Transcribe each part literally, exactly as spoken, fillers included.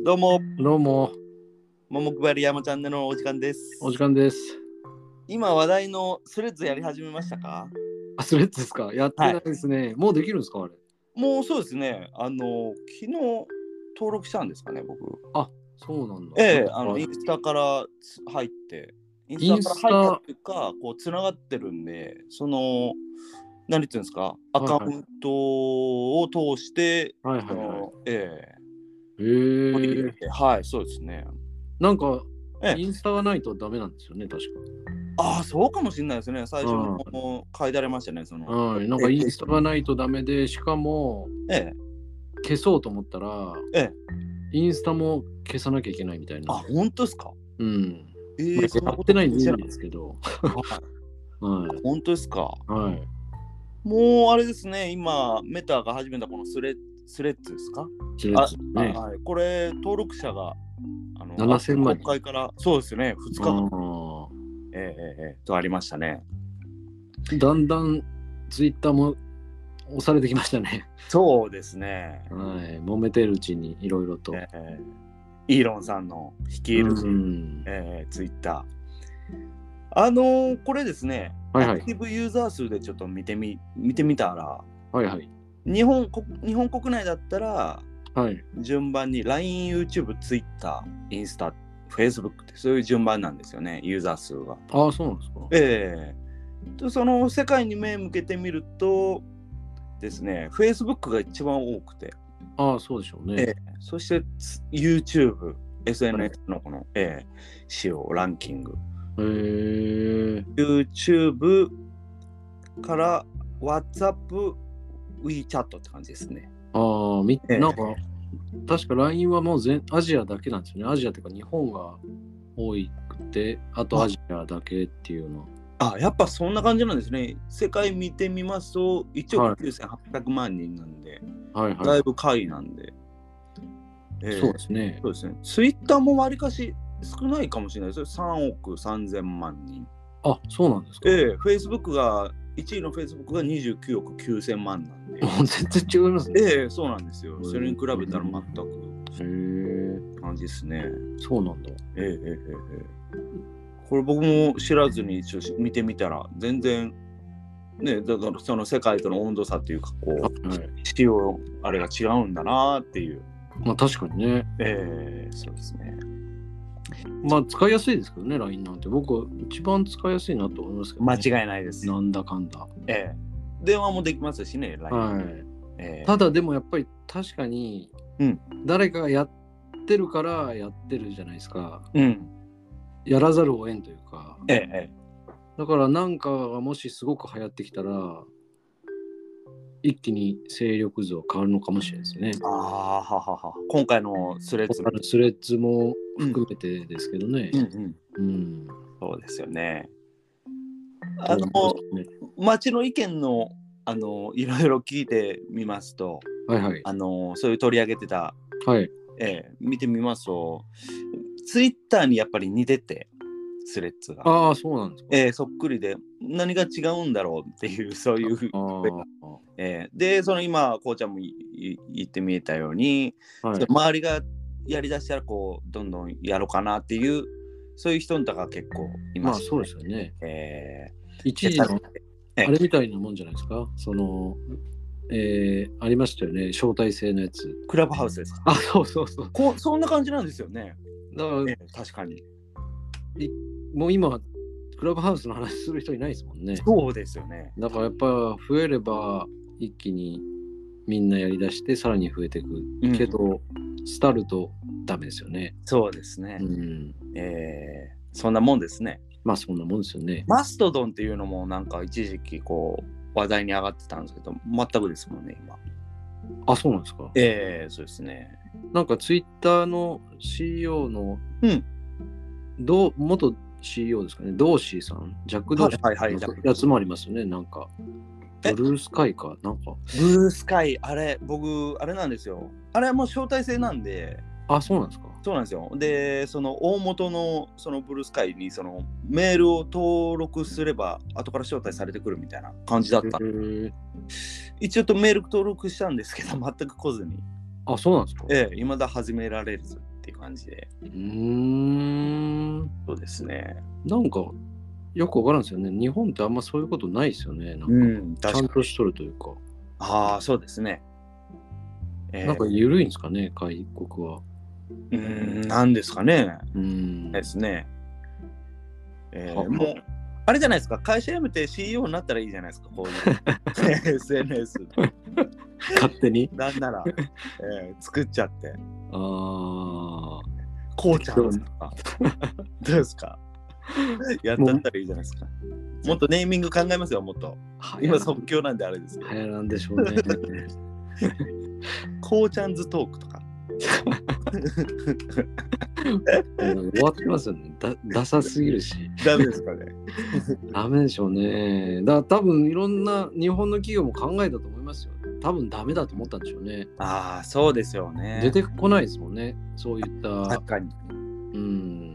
どうも、 どうも、 ももくばり山チャンネルのお時間です。 お時間です。 今話題のスレッズやり始めましたか？ あ、スレッズですか？やってないはい。 ですね。もうできるんですか、あれ。 もうそうですね。あの、昨日登録したんですかね、僕。 あ、そうなんだ。 ええ、 なんかあの、インスタからつ入って、インスインタから入ったっスタ、 ていうか、こう、つながってるんで、その、何言っていうんですか、アはいはい。 カウントを通して、 はいはいはい。 その、ええ、 へえ。 取り入れて、はい、そうですね。 なんか、 ええ、 インスタがないとダメなんですよね、確ああ、そうかもしれないですね。最初か。 の書いてありましたね、その、 はい。はい。なんええ、 かインスタがないとダメで、しかも、 ええ、 消そうと思ったら、 ええ、 インスタも消さなきゃいけないみたいあ、 な。 本当ですか？ うん。まあ、 ええ、そんなことやってないんでいいん気にしてなかっですけど。 た。はい。 はい。 本当ですか？ はい。 もうあれですね、今、メタが始めたこのスレッスレッズですか？ スレッあ、 ズね。 あはい。これ、登録者が、あの、あ 7000万人。 公開から、そうですね、ふつかかん。 あええええええとありましたね。 あ。だんだんツイッターも押されてきましたね。 そうですね。 はい。揉めてるうちにいろいろと。 ええイーロンさんの率いる、 うん。 ええツイッター。あのーこれですね、 はいはい。 アクティブユーザー数でちょっと見てみ、見てみたら、 はいはい。 日本こ日本国内だったら、 はい。 順番に ライン、YouTube、Twitter、インスタ、Facebook ってそういう順番なんですよね、ユーザー数が。 ああ、そうなんですか。 ええでその世界に目向けてみるとですね、Facebook が一番多くて、 ああ、そうでしょうね。 ええそしてつ YouTube、 はい。 エスエヌエス のこの、ええ使用ランキング、 へえ。 YouTube から WhatsApp、WeChat って感じですね。 ああ、み、 ええなんか、確か ライン はもう全アジアだけなんですよね。アジアっていうか日本が多くて、あとアジアだけっていうの。 あ、やっぱそんな感じなんですね。世界見てみますと、いちおくはい。 きゅうせんはっぴゃくまん人なんで、 はいはいはだいぶ下位なんで。 い。そうえーですね。 そうですね。ツイッターもわりかし少ないかもしれないですよ。さんおくさんぜんまん人。 あ、そうなんですか。 ええ Facebook が、いちいの Facebook がにじゅうきゅうおくきゅうせんまんなんで。 もう全然違いますね。 ええそうなんですよ。それに比べたら全くへえ。 感じですね。 そうなんだ。 ええええええこれ僕も知らずに一応見てみたら、全然、ね、だからその世界との温度差っていうか、こう、 はい。 仕様あれが違うんだなっていう。 まあ確かにね。 えー、そうですね。 まあ使いやすいですけどね、ライン なんて。僕は一番使いやすいなと思いますけど、 間ね。 違いないです。 なんだかんだ。 えー、電話もできますしね、ライン。 はい。 えー、 ただでもやっぱり確かに、 うん、 誰かがやってるからやってるじゃないですか。 うん、 やらざるを得んというか。 えー、えだからなんかがもしすごく流行ってきたら、一気に勢力図は変わるのかもしれないですね。 ー、あははは。今回のスレッズも。 スレッズも含めてですけどね。 うん、うん、 うん。 そうですよね。あの、 と思いますね。 街の意見の、あの、いろいろ聞いてみますと、 はいはい。 あの、そういう取り上げてた、 はい。 えー、見てみますと、ツイッターにやっぱり似てて、スレッズが。 ああ、そうなんですか。 えー、そっくりで、何が違うんだろうっていう、そういうああ、 えー、で、その今、こうちゃんも言ってみえたように、 はい。 周りがやりだしたら、こう、どんどんやろうかなっていう、そういう人とか結構いまあます、ね。 そうですよね。 え一時のえあれみたいなもんじゃないですか。その、えー、ありましたよね。招待制のやつ。 ー、クラブハウスですか。 あ、そうそうそう。 こうそんな感じなんですよね。 だから、 えー、確かに。 いもう今、クラブハウスの話する人いないですもんね。 そうですよね。 だからやっぱ増えれば一気にみんなやりだしてさらに増えていく、うん、けど、スタルとダメですよね。 そうですね。 うん、 えー、そんなもんですね。 まあそんなもんですよね。 マストドンっていうのもなんか一時期こう話題に上がってたんですけど、全くですもんね、今。 あ、そうなんですか。 ええー、そうですね。 なんかツイッターの シーイーオー の、 うん、 どう元 シーイーオー ですかね、ドーシーさん、ジャック・ドーシーさんのやつもありますよね、なんか。ブルースカイかなんか。 ブルースカイ、あれ、僕、あれなんですよ。あれはもう招待制なんで。 あ、そうなんですか。 そうなんですよ。で、その大元のそのブルースカイにそのメールを登録すれば、後から招待されてくるみたいな感じだった。一応とメール登録したんですけど、全く来ずに。 あ、そうなんですか。 ええ、未だ始められずっっていう感じで。 うーん。 そうですね。 なんか、よくわからんですよね。日本ってあんまそういうことないですよね。なんか、 うん、 ちゃんとしとるというか。 ああ、そうですね。 えー、なんか緩いんですかね、外国は。 うーん、なんですかね。 うん。 ですね。えー、もう、あれじゃないですか、会社辞めて シーイーオー になったらいいじゃないですか、こういう エスエヌエス。 勝手になんなら、えー、作っちゃって。 ああ。 こうちゃんですか。どうですか。やったったらいいじゃないですか。もっとネーミング考えますよ、もっと。今即興なんであれですけど。 流行らんでしょうね。 こうちゃんズトークとか。 終わってますよね。だダサすぎるし。 ダメですかね。 ダメでしょうね。だから多分いろんな日本の企業も考えたと思いますよ。多分ダメだと思ったんでしょうね。 ああ、そうですよね。 出てこないですもんね。そういった。 確かに。 うん。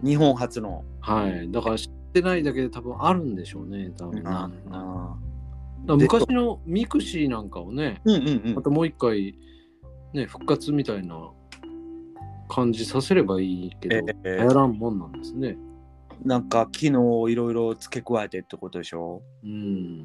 日本初の。 はい。だから知ってないだけで多分あるんでしょうね。多分な。 あだ昔のミクシーなんかをね、 うんうんうん、 またもう一回、ね、復活みたいな感じさせればいいけど、えー、流行らんもんなんですね。 なんか機能をいろいろ付け加えてってことでしょ。 うん。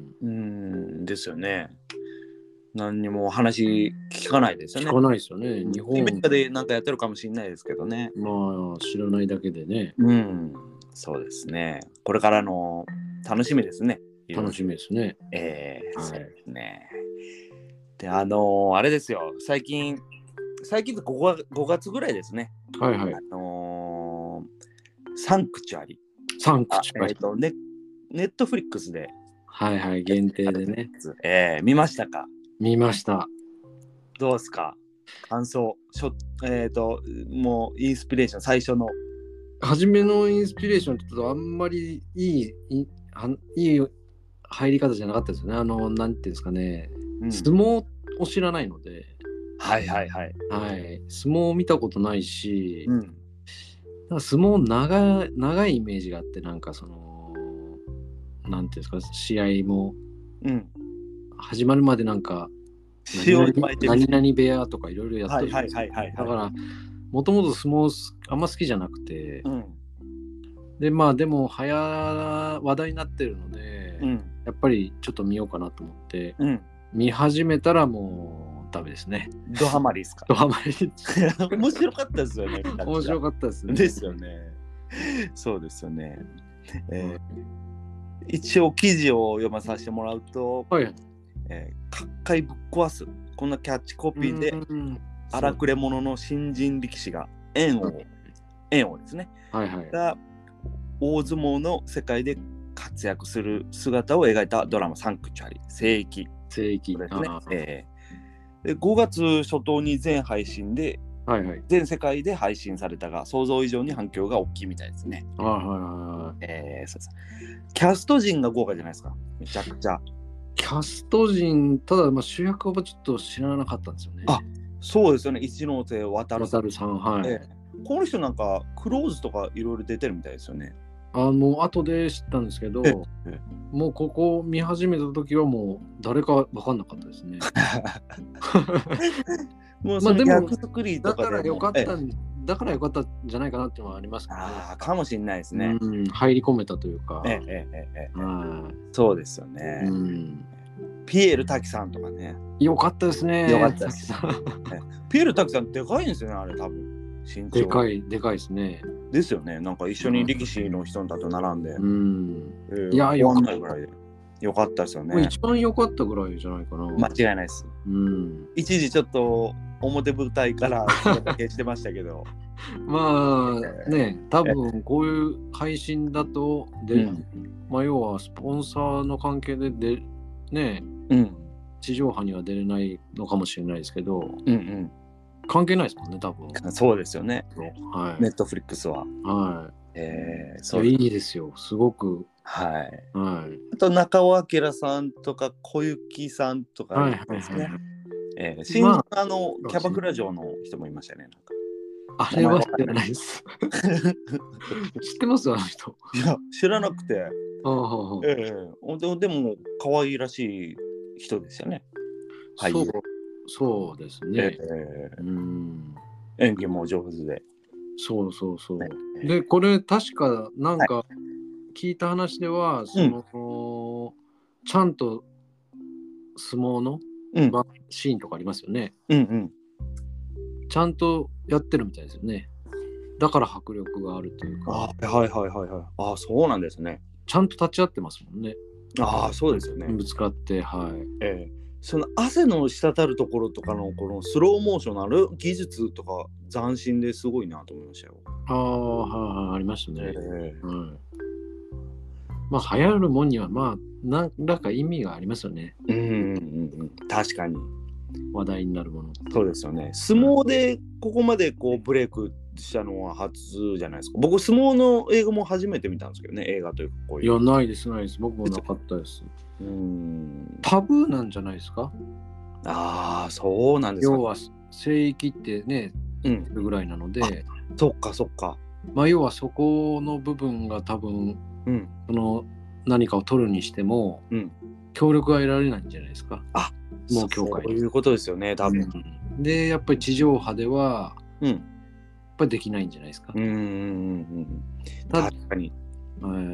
うんですよね。何にも話聞かないですよね。 聞かないですよね。日本アメリカでなんかやってるかもしれないですけどね。 まあ知らないだけでね。 うん。そうですね。これからの楽しみですね。 楽しみですね。 ええー、 はい、 そうですね。で、あのー、あれですよ。最近、最近ごがつぐらいですね。 はいはい。 あのー、サンクチュアリ。 サンクチュアリ。 えっと、ネットフリックスで。 はいはい、限定でね。 えー、見ましたか？ 見ました。 どうですか？感想。しょえっ、ー、と、もうインスピレーション、最初の。 初めのインスピレーションちょっとあんまりいい、いい、いい入り方じゃなかったですよね。あの、なんていうんですかね。うん、相撲を知らないので。 はいはいはい。 はい。相撲を見たことないし、 うん、 なんか相撲長、長いイメージがあって、なんかその、なんていうんですか、試合も、うん、始まるまでなんか、 塩に巻いてる。 何々部屋とかいろいろやってるじゃないですか。だから、もともと相撲あんま好きじゃなくて、うん、で、まあでも、はや、話題になってるので、うん、やっぱりちょっと見ようかなと思って、うん、見始めたらもうダメですね。 ドハマりですか？ ドハマり。 面白かったですよね。 面白かったですね。 ですよね。そうですよね。えー、一応記事を読まさせてもらうと、はい、えー、角界ぶっ壊す。こんなキャッチコピーで、荒くれ者の新人力士が円を、円をですね、はいはい、が大相撲の世界で活躍する姿を描いたドラマサンクチュアリ、聖域。 聖域ですね。えー、でごがつ初頭に全配信で、はいはい、全世界で配信されたが、想像以上に反響が大きいみたいですね。はいはいはい、えー、そうです。キャスト陣が豪華じゃないですか。めちゃくちゃ。 キャスト陣、ただまあ主役はちょっと知らなかったんですよね。 あ、そうですよね。一ノ瀬渡さん。さん、はい、 えー。この人なんかクローズとかいろいろ出てるみたいですよね。 あの後で知ったんですけど、もうここ見始めた時はもう誰か分かんなかったですね。 もうその役作りとかで、 まあ、だからよかったんだからよかったんじゃないかなっていうのはありますけど、ね、 あかもしれないですね、 うん、入り込めたというか、 ええええええ、そうですよね、うん、ピエール滝さんとかね、 よかったですね。 よかったですピエール滝さんでかいんですよね、あれ多分身長でかいでかいですね。 ですよね。なんか一緒に力士の人だと並んで、うん、えー、 いやよかったぐらいでよかったですよね。 一番良かったぐらいじゃないかな。 間違いないです。うん、一時ちょっと表舞台から消してましたけどまあね、多分こういう配信だとで、うん、まあ要はスポンサーの関係ででね、うん、地上波には出れないのかもしれないですけど、うんうん、関係ないですもんね、多分。 そうですよね。 はい。 ネットフリックスは。 はい。 えー、 そういいですよ、すごく。 はい。はい。あと中尾明さんとか小雪さんとかですね。はいはいはい、えー、新、まあ、あのキャバクラ嬢の人もいましたね。なんかあれは知らないです。知ってますあの人。 いや知らなくて。ああ、えー、でも可愛らしい人ですよね。 はい。そう、そうですね。 えー、うん。演技も上手で。 そうそうそう。ね、で、これ確かなんか聞いた話では、はい、その、うん、ちゃんと相撲の、うん、シーンとかありますよね。うんうん。ちゃんとやってるみたいですよね。だから迫力があるというか。 あ、はいはいはいはい。ああ、そうなんですね。 ちゃんと立ち会ってますもんね。 ああ、そうですよね。 ぶつかって、はい。 ええ、その汗の滴るところとかのこのスローモーションのある技術とか斬新ですごいなと思いましたよ。 ああ、はいはい、ありましたね。えー、うん。まあ流行るもんにはまあ何らか意味がありますよね。 うんうんうん、確かに話題になるもの。 そうですよね。相撲でここまでこうブレイクしたのは初じゃないですか。僕相撲の映画も初めて見たんですけどね。映画というかこういう。 いやないですないです。僕もなかったです。うーん、タブーなんじゃないですか。 ああ、そうなんですか。 要は聖域ってね、うん、ぐらいなので、 そっかそっか。 まあ要はそこの部分が多分、うん、その何かを取るにしても、うん、協力が得られないんじゃないですか。 あ、もう協会。そういうことですよね、多分。 うん、でやっぱり地上波では、うん、やっぱりできないんじゃないですか。うんうんうん。確かに。はい。うん、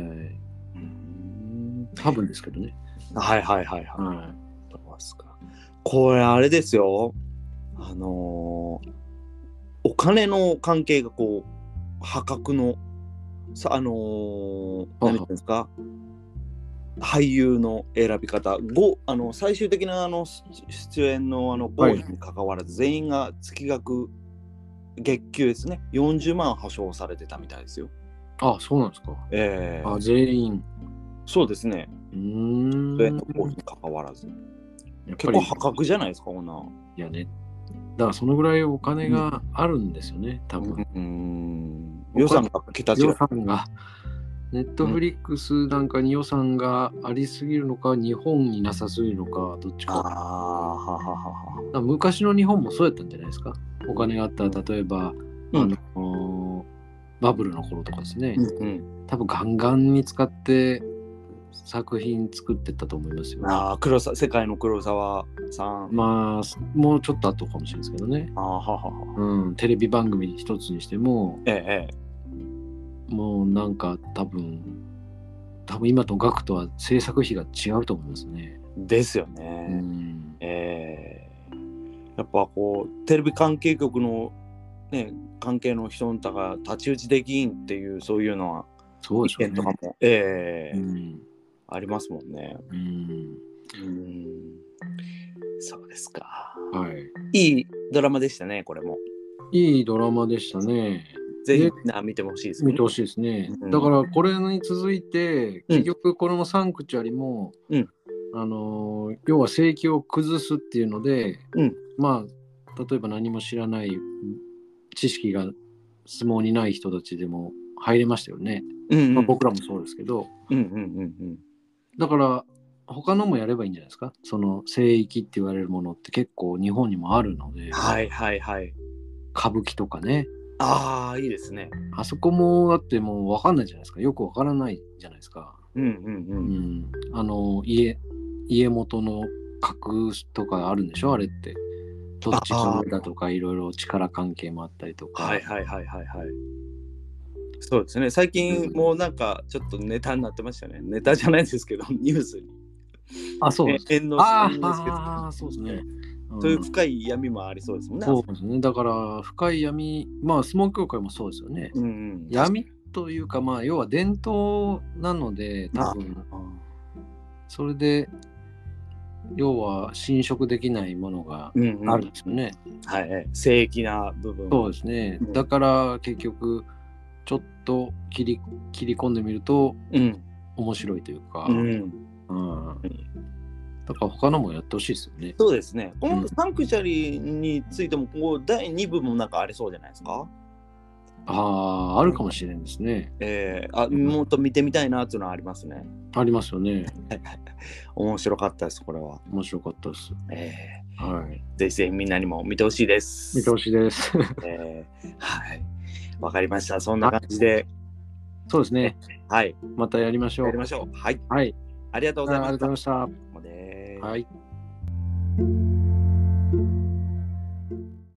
多分ですけどね。 はいはいはいはい。はい、どうですか。これあれですよ。あのー、お金の関係がこう破格のさあのー、何て言うんですか。俳優の選び方ごあの最終的なあの出演のあの合否に関わらず、はい、全員が月額月給ですねよんじゅうまん保証されてたみたいですよ。 あ、そうなんですか。えー、あ、全員。 そうですね。うーん。出演の合否に関わらず結構破格じゃないですか、こんな。 いやね、だからそのぐらいお金があるんですよね、多分。うーん、予算が桁違い。 予算がネットフリックスなんかに予算がありすぎるのか、うん、日本になさすぎるのか、どっちか。あははは。昔の日本もそうやったんじゃないですか。お金があったら、例えば、うん、あのバブルの頃とかですね、うんうん、多分ガンガンに使って作品作ってったと思いますよ。 ああ、黒さ世界の黒沢さん。 まあもうちょっと後かもしれないですけどね。あははは、うん、テレビ番組一つにしても、ええ、もうなんか多分多分今と額とは制作費が違うと思いますね。 ですよね。うん、えー、やっぱこうテレビ関係局のね関係の人とか太刀打ちできんっていうそういうのはそうですね、 意見とかも、えーうん、ありますもんね。うん、うん、そうですか。はい。いいドラマでしたね、これも。 いいドラマでしたね。 ぜひな見てほしいですね。 見てほしいですね。うん、だからこれに続いて、結局これもサンクチュアリも、うん、あの要は正規を崩すっていうので、うん、まあ例えば何も知らない知識が相撲にない人たちでも入れましたよね。うんうん、まあ、僕らもそうですけど、うんうんうんうん、だから他のもやればいいんじゃないですか。その聖域って言われるものって結構日本にもあるので、 はいはいはい、 歌舞伎とかね。 ああ、いいですね。 あそこもだってもう分かんないじゃないですか。よく分からないじゃないですか。うんうんうん。うん、あの家家元の格とかあるんでしょ、あれって。どっちかだとかいろいろ力関係もあったりとか。 はいはいはいはいはい。そうですね。最近もうなんかちょっとネタになってましたね。ネタじゃないんですけどニュースに。 あ、そうです。 縁のああ、そうですね。 そういう深い闇もありそうですもんね。 そうですね。だから深い闇、まあ相撲協会もそうですよね。うんうん、闇というか、まあ要は伝統なので、多分それで要は侵食できないものがあるんですよね。 うんうん、はい、正規な部分。 そうですね。うん、だから結局ちょっと切り切り込んでみると、うん、面白いというか。うんうんうん、だから他のもやってほしいですよね。 そうですね。このサンクチュアリについてもこうだいに部もなんかありそうじゃないですか。 ああ、あるかもしれないですね。 えー、あ、もっと見てみたいなっていうのはありますね。 ありますよね。 面白かったです、これは。 面白かったです。えー、はい。ぜひぜひみんなにも見てほしいです。 見てほしいです。 えー、はい。わかりました。そんな感じで。 そうですね。 はい。 またやりましょう。 やりましょう。はい。 はい。 ありがとうございました。 ありがとうございました。はい。